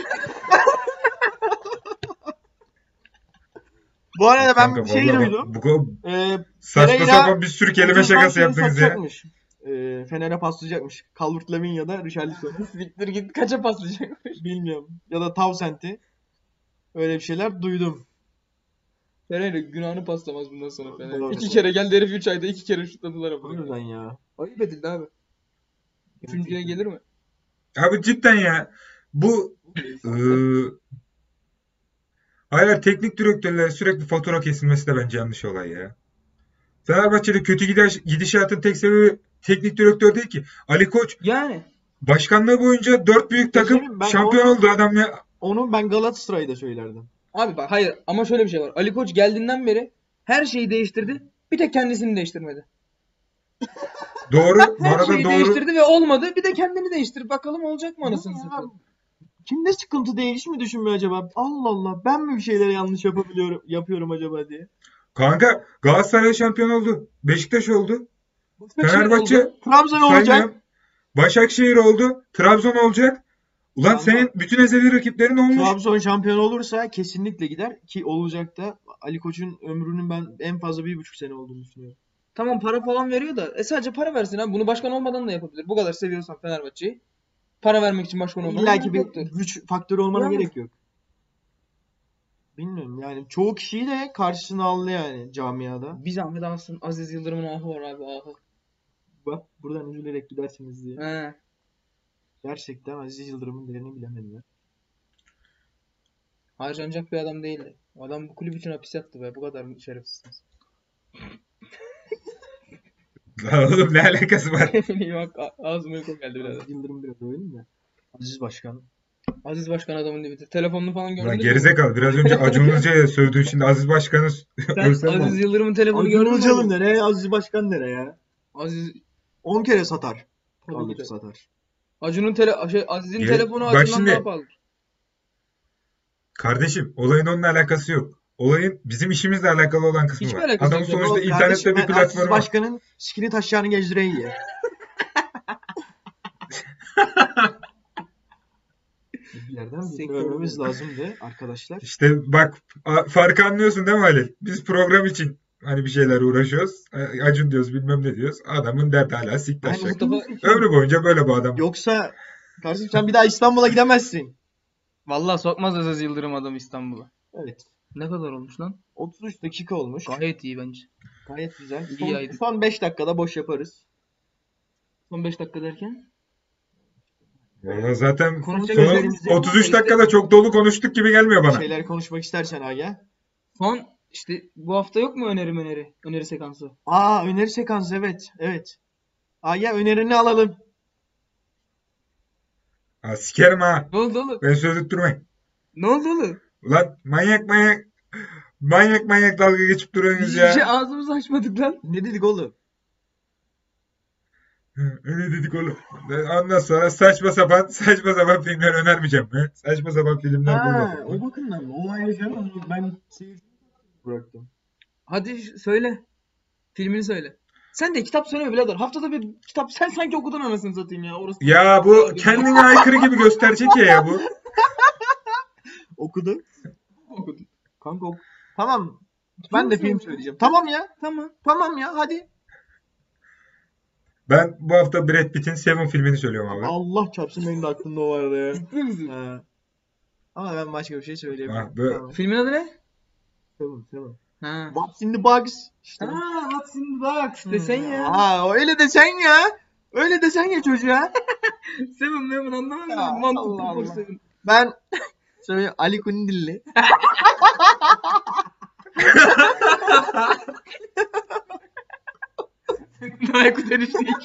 Bu arada ben Kanka bir şey vallahi duydum. bak, bu Ee, saçma Pereira sapan bir sürü kelime otuz şakası maçları yaptınız ya. satacakmış. Ee, Fener'e paslayacakmış. Calvert-Lewin ya da Richarlison'u. Siktir git, kaça paslayacakmış. Bilmiyorum. Ya da Townsend'i. Öyle bir şeyler duydum. Fener'e günahını paslamaz bundan sonra Fener. Doğru. İki kere geldi herif, üç ayda iki kere şutladılar O ama. yüzden ya. Ayıp edildi abi. Üçüncüye gelir mi? Abi cidden ya. Bu ıı, hayır, teknik direktörlere sürekli fatura kesilmesi de bence yanlış olay ya. Fenerbahçe'de kötü gidiş, gidişatın tek sebebi teknik direktör değil ki. Ali Koç Yani. başkanlığı boyunca dört büyük takım Söyleyeyim, ben şampiyon o- oldu adam ya. Onu ben Galatasaray'da söylerdim. Abi bak, hayır ama şöyle bir şey var. Ali Koç geldiğinden beri her şeyi değiştirdi. Bir tek kendisini değiştirmedi. Doğru. Bu Her arada şeyi doğru. değiştirdi ve olmadı. Bir de kendini değiştir. Bakalım olacak mı anasını satayım. Kimde sıkıntı değil, hiç mi düşünmüyor acaba? Allah Allah, ben mi bir şeyleri yanlış yapabiliyorum, yapıyorum acaba diye. Kanka Galatasaray şampiyon oldu. Beşiktaş oldu. Fenerbahçe oldu. Trabzon olacak. saymıyorum. Başakşehir oldu. Trabzon olacak. Ulan Ama- senin bütün ezeli rakiplerin olmuş. Trabzon şampiyon olursa kesinlikle gider ki olacak da. Ali Koç'un ömrünün ben en fazla bir buçuk sene olduğunu düşünüyorum. Tamam, para falan veriyor da e sadece para versin abi. Bunu başkan olmadan da yapabilir. Bu kadar seviyorsan Fenerbahçe'yi. Para vermek için başkan olmadan İlla ki bir yoktur. güç faktörü olmana Yani. gerek yok. Bilmiyorum yani çoğu kişiyi de karşısına aldı yani camiada. Bir zahmet alsın. Aziz Yıldırım'ın ahı var abi, ahı. Bak buradan üzülerek gidersiniz diye. He. Gerçekten Aziz Yıldırım'ın değerini bilemediler. Harcanacak bir adam değildi. Adam bu kulüp için hapis yattı be. Bu kadar şerefsizsiniz. Lan oğlum ne alakası var? İyi bak, a- ağzıma uyku geldi birader. Aziz Yıldırım biraz öyle mi? Aziz Başkan. Aziz Başkan adamın dibidir. Telefonunu falan Lan gördünüz mü? gerizekalı. Biraz önce Acun Ilıcalı'ya sövdüğün şimdi Aziz Başkan'ı Sen ölsen mi Aziz olur? Yıldırım'ın telefonu Aziz gördün mü? Ilıcalı nereye? Aziz Başkan nereye ya? Aziz on kere satar. Tabii Alır ki de. satar. Acun'un tele şey Aziz'in Ye- telefonu Bak Acun'dan şimdi- daha pahalı. Kardeşim olayın onunla alakası yok. Olayın bizim işimizle alakalı olan kısmı Hiçbir var. alakası Adam yok ya. sonuçta Oğlum internette kardeşim, bir ben Aziz platformu var. Başkan'ın sikini taşlarını gezdireyim ya. Bir yerden birini Sektör övmemiz bu. lazımdı arkadaşlar. İşte bak a- farkı anlıyorsun değil mi Halil? Biz program için hani bir şeyler uğraşıyoruz. A- Acun diyoruz bilmem ne diyoruz. Adamın derdi hala Ben siktaşacak. Mustafa Ömrü boyunca böyle bu adam. Yoksa kardeşim sen bir daha İstanbul'a gidemezsin. vallahi sokmaz Aziz Yıldırım adam İstanbul'a. Evet. Ne kadar olmuş lan? otuz üç dakika olmuş. Gayet iyi bence. Gayet güzel. İyi Son, yaydı. son beş dakikada boş yaparız. Son beş dakika derken? Vallahi zaten Konuşacak son özelimiz yok. otuz üç İşte- dakikada çok dolu konuştuk gibi gelmiyor Bir bana. şeyler konuşmak istersen Aga. Son işte bu hafta yok mu öneri öneri? Öneri sekansı. Aa öneri sekansı evet. Evet. Aga önerini alalım. Ha, sikerim ha. Ne oldu oğlum? Ben söylettirmeyin. Ne oldu oğlum? Ulan manyak manyak manyak manyak dalga geçip duruyorsunuz Hiçbir şey ya. ağzımızı açmadık lan. Ne dedik oğlum? Hı, öyle dedik oğlum. Ondan sonra saçma sapan saçma sapan filmler önermeyeceğim. He? Saçma sapan filmler Ha, bulmadım. o bakımdan mı? O ayrıca canım. Ben seyirci bıraktım. Hadi ş- söyle. Filmini söyle. Sen de kitap söyleme birader. Haftada bir kitap sen sanki okudun anasını satayım ya. Orası. Ya bu kendine aykırı gibi gösterecek ya ya bu. Okudun. okudun. Kanka ok- Tamam. Ben de film söyleyeyim. söyleyeceğim. Tamam ya. Tamam. Tamam ya hadi. Ben bu hafta Brad Pitt'in Seven filmini söylüyorum abi. Allah çarpsın benim de aklımda o vardı ya. Ciddi misin? Ha. Ama ben başka bir şey söyleyemiyorum. Ha, böyle- Tamam. Filmin adı ne? Tamam tamam. Ha. What's in the box? İşte. Ha, What's in the Box desen ya. Ha, öyle desen ya. Öyle desen ya çocuğa. Seven Meven anlamam Ya, mı? Mantıklı Allah for Allah. Seven. Ben söyle Ali Kundilli. Aykut enişte iki.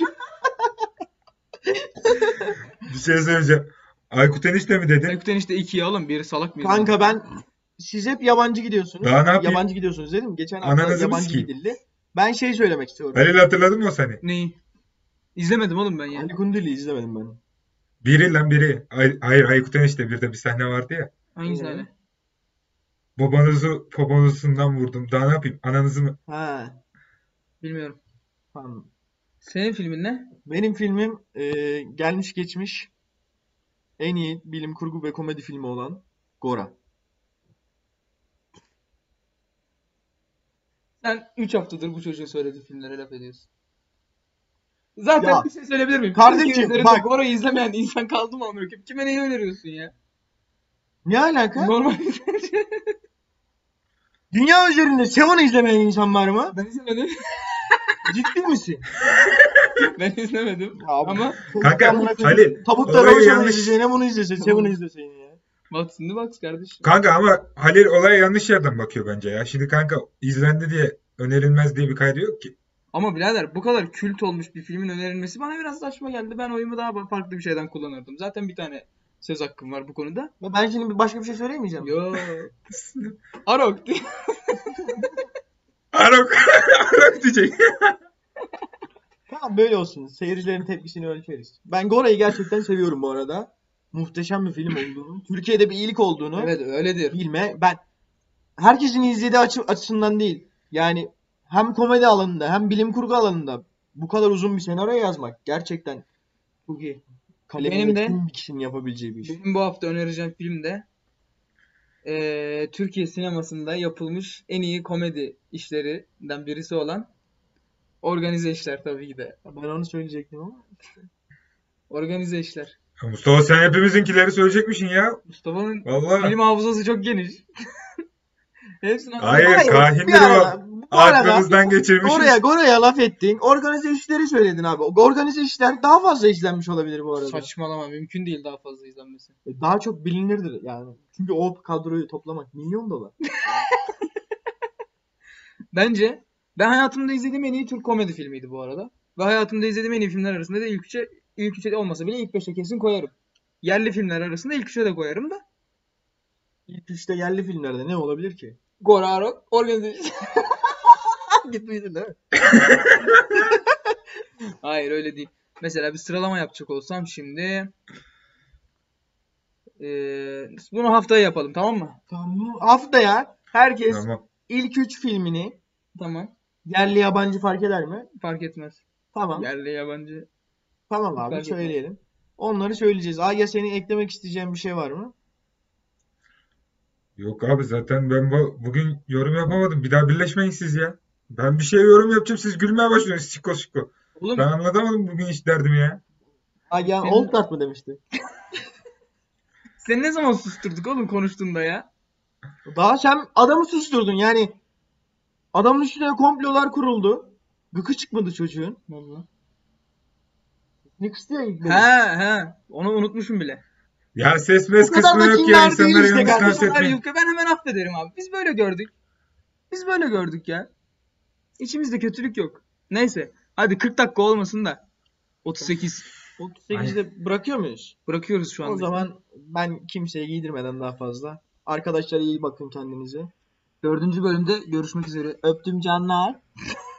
Bir şey söyleyeceğim. Aykut enişte mi dedin? Aykut enişte iki ya oğlum. Biri salak mıydı? Kanka ben siz hep yabancı gidiyorsunuz. Daha ne yapayım? Yabancı gidiyorsunuz dedim. Geçen hafta Ananızı mı yabancı sikeyim? gidildi. Ben şey söylemek istiyorum. Halil hatırladın mı o sahneyi? Neyi? İzlemedim oğlum ben ya. Ali Kundur'u izlemedim ben. Biri lan biri. Ay, hayır Aykut Enişte bir de bir sahne vardı ya. Hangi Ee? sahne? Babanızı poponuzundan vurdum. Daha ne yapayım? Ananızı mı? Ha, Bilmiyorum. tamam. Senin filmin ne? Benim filmim e, gelmiş geçmiş en iyi bilim kurgu ve komedi filmi olan Gora. Sen üç haftadır bu çocuğun söylediği filmlere laf ediyorsun. Zaten Ya, bir şey söyleyebilir miyim? kardeşim, Türkiye üzerinde bak. Gora'yı izlemeyen insan kaldı mı amına koyayım? Kime neyi öneriyorsun ya? Ne alaka? Normal Dünya üzerinde Seven izlemeyen insan var mı? Ben izlemedim. Ciddi misin? Ben izlemedim. Ya, Ama Kanka Amına koyayım. Halil Tavukta olayı Ravuşan'ı yanlış. izleyeceğine bunu izleseydin. Seven'ı izleseydin ya. bak şimdi bak kardeşim. Kanka ama Halil olaya yanlış yerden bakıyor bence ya. Şimdi kanka izlendi diye önerilmez diye bir kaydı yok ki. Ama birader bu kadar kült olmuş bir filmin önerilmesi bana biraz saçma geldi. Ben oyumu daha farklı bir şeyden kullanırdım. Zaten bir tane söz hakkım var bu konuda. Ben şimdi bir- başka bir şey söyleyemeyeceğim. Yo. Arok diye. Arok, Arok diyecek. Tamam böyle olsun. Seyircilerin tepkisini ölçeriz. Ben Gora'yı gerçekten seviyorum bu arada. Muhteşem bir film olduğunu, Türkiye'de bir iyilik olduğunu Evet öyledir. bilme. Ben herkesin izlediği açı, açısından değil. Yani hem komedi alanında hem bilim kurgu alanında bu kadar uzun bir senaryo yazmak gerçekten çok iyi. Kalemi Benim de- yetkin bir kişinin yapabileceği bir iş. Benim bu hafta önereceğim film de eee, Türkiye sinemasında yapılmış en iyi komedi işlerinden birisi olan Organize İşler tabii ki de. Ben onu söyleyecektim ama. Organize İşler. Mustafa sen hepimizinkileri söyleyecekmişsin ya. Mustafa'nın Vallahi. film hafızası çok geniş. Hepsini Hayır, Hayır, kahindir bir o. arada- bu arada Aklımızdan geçirmişiz. Gora'ya Gora'ya laf ettin. Organize işleri söyledin abi. O Organize işler daha fazla izlenmiş olabilir bu arada. saçmalama mümkün değil daha fazla izlenmesi. Daha çok bilinirdir yani. Çünkü o kadroyu toplamak milyon dolar. Bence ben hayatımda izlediğim en iyi Türk komedi filmiydi bu arada. Ve hayatımda izlediğim en iyi filmler arasında da ilk üçe, ilk üçe olmasa bile ilk beşe kesin koyarım. Yerli filmler arasında ilk üçe de koyarım da. İlk işte yerli filmlerde ne olabilir ki? Gora Arok, Organize İşler. Gitmeydin değil mi? Hayır öyle değil. Mesela bir sıralama yapacak olsam şimdi eee, bunu haftaya yapalım tamam mı? Tamam, bu haftaya herkes Tamam. ilk üç filmini Tamam. yerli yabancı fark eder mi? Fark etmez. Tamam. Yerli yabancı. Tamam abi fark etmez. söyleyelim. Onları söyleyeceğiz. Agya senin eklemek isteyeceğin bir şey var mı? Yok abi zaten ben bu, bugün yorum yapamadım. Bir daha birleşmeyin siz ya. Ben bir şey yorum yapacağım siz gülmeye başlıyorsunuz siko siko. Oğlum Ben anlatamadım bugün hiç derdimi ya. Agya Senin- old card mı demişti? seni ne zaman susturduk oğlum konuştuğunda ya? Daha sen adamı susturdun yani. Adamın üstüne komplolar kuruldu. Gıkı çıkmadı çocuğun. Vallahi. Ne kıstı ya ilk bölüm. He he. Onu unutmuşum bile. Ya ses mes Bu kadar kısmı da yok ya kinler insanları değil işte yanlış kardeşim. lanse Her etmeyin. yılki ben hemen affederim abi. Biz böyle gördük. Biz böyle gördük ya. İçimizde kötülük yok. Neyse. Hadi kırk dakika olmasın da. otuz sekiz. otuz sekizde bırakıyor muyuz? Bırakıyoruz şu anda. O zaman ben kimseye giydirmeden daha fazla. Arkadaşlar iyi bakın kendinize. Dördüncü bölümde görüşmek üzere. Öptüm canlar.